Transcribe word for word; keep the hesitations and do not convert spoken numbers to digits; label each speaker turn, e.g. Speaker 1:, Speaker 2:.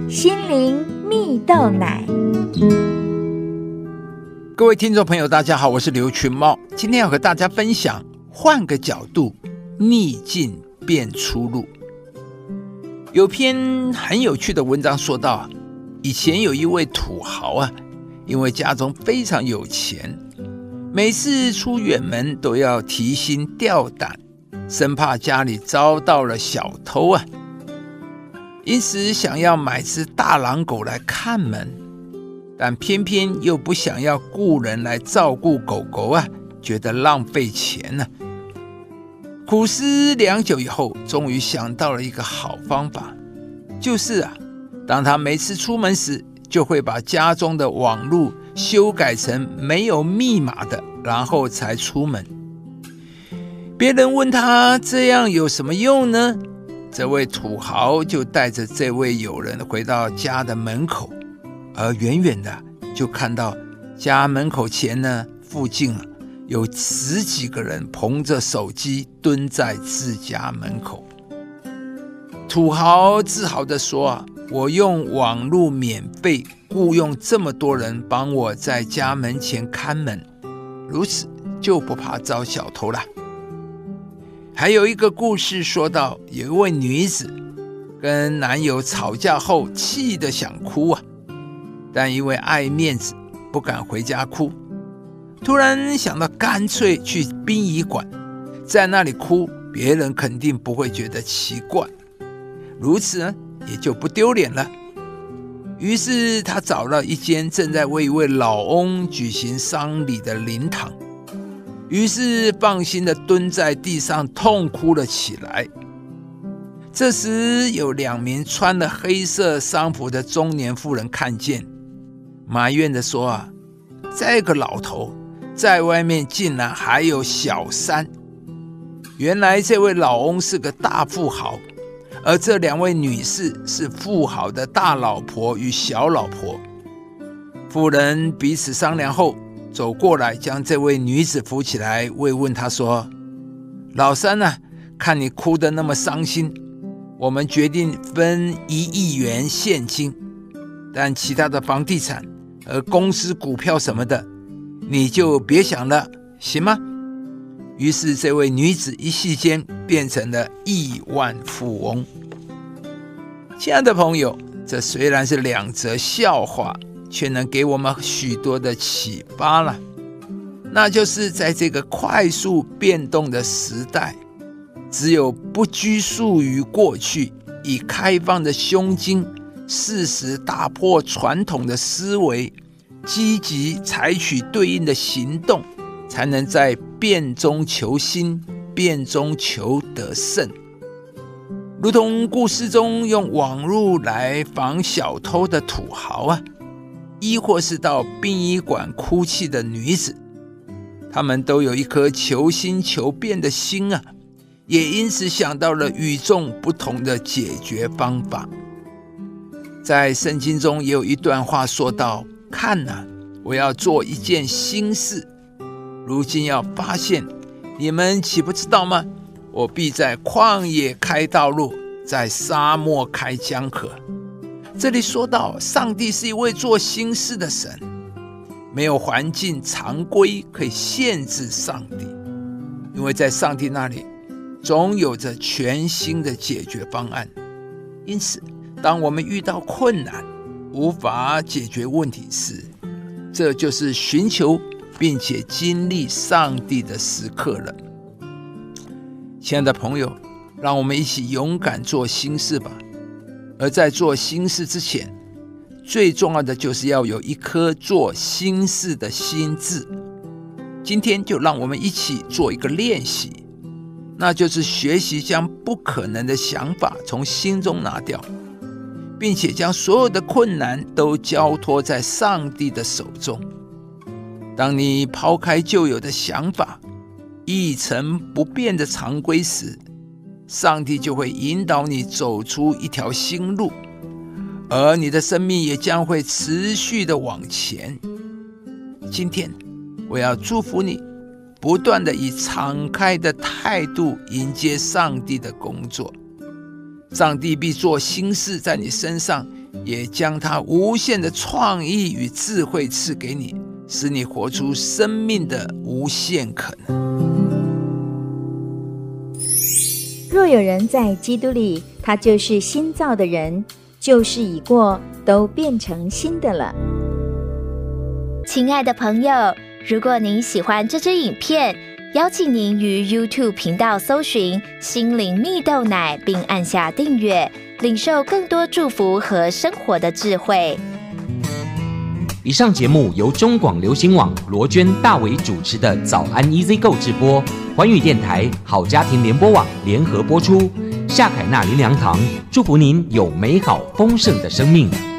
Speaker 1: 心灵蜜豆奶。
Speaker 2: 各位听众朋友大家好，我是刘群茂，今天要和大家分享换个角度，逆境变出路。有篇很有趣的文章说到，以前有一位土豪啊，因为家中非常有钱，每次出远门都要提心吊胆，生怕家里遭到了小偷啊，因此想要买只大狼狗来看门，但偏偏又不想要雇人来照顾狗狗啊，觉得浪费钱呢、啊。苦思良久以后，终于想到了一个好方法，就是啊，当他每次出门时，就会把家中的网路修改成没有密码的，然后才出门。别人问他这样有什么用呢？这位土豪就带着这位友人回到家的门口，而远远的就看到家门口前呢，附近啊有十几个人捧着手机蹲在自家门口。土豪自豪地说啊，我用网路免费雇佣这么多人帮我在家门前看门，如此就不怕遭小偷了。还有一个故事说到，有一位女子跟男友吵架后气得想哭啊，但因为爱面子不敢回家哭，突然想到干脆去殡仪馆，在那里哭，别人肯定不会觉得奇怪，如此呢也就不丢脸了。于是她找了一间正在为一位老翁举行丧礼的灵堂，于是放心地蹲在地上痛哭了起来。这时有两名穿了黑色丧服的中年妇人看见，埋怨地说啊，这个老头在外面竟然还有小三。原来这位老翁是个大富豪，而这两位女士是富豪的大老婆与小老婆。妇人彼此商量后，走过来将这位女子扶起来，慰问她说，老三啊，看你哭得那么伤心，我们决定分一亿元现金，但其他的房地产和公司股票什么的你就别想了，行吗？于是这位女子一夕间变成了亿万富翁。亲爱的朋友，这虽然是两则笑话，却能给我们许多的启发了。那就是在这个快速变动的时代，只有不拘束于过去，以开放的胸襟适时打破传统的思维，积极采取对应的行动，才能在变中求新，变中求得胜。如同故事中用网路来防小偷的土豪啊，亦或是到殡仪馆哭泣的女子，他们都有一颗求新求变的心啊，也因此想到了与众不同的解决方法。在圣经中也有一段话说道，看啊，我要做一件新事，如今要发现，你们岂不知道吗？我必在旷野开道路，在沙漠开江河。这里说到，上帝是一位做新事的神，没有环境常规可以限制上帝，因为在上帝那里总有着全新的解决方案。因此当我们遇到困难无法解决问题时，这就是寻求并且经历上帝的时刻了。亲爱的朋友，让我们一起勇敢做新事吧。而在做新事之前，最重要的就是要有一颗做新事的心智。今天就让我们一起做一个练习，那就是学习将不可能的想法从心中拿掉，并且将所有的困难都交托在上帝的手中。当你抛开旧有的想法，一成不变的常规时，上帝就会引导你走出一条新路，而你的生命也将会持续的往前。今天我要祝福你，不断的以敞开的态度迎接上帝的工作。上帝必做新事在你身上， 也将他无限的创意与智慧赐给你，使你活出生命的无限可能。
Speaker 1: 若有人在基督里，他就是新造的人，旧事已过，都变成新的了。
Speaker 3: 亲爱的朋友，如果您喜欢这支影片，邀请您于 YouTube 频道搜寻心灵蜜豆奶，并按下订阅，领受更多祝福和生活的智慧。
Speaker 4: 以上节目由中广流行网罗娟、大伟主持的早安 E Z Go 直播，环宇电台、好家庭联播网联合播出。夏凯纳林良堂祝福您有美好丰盛的生命。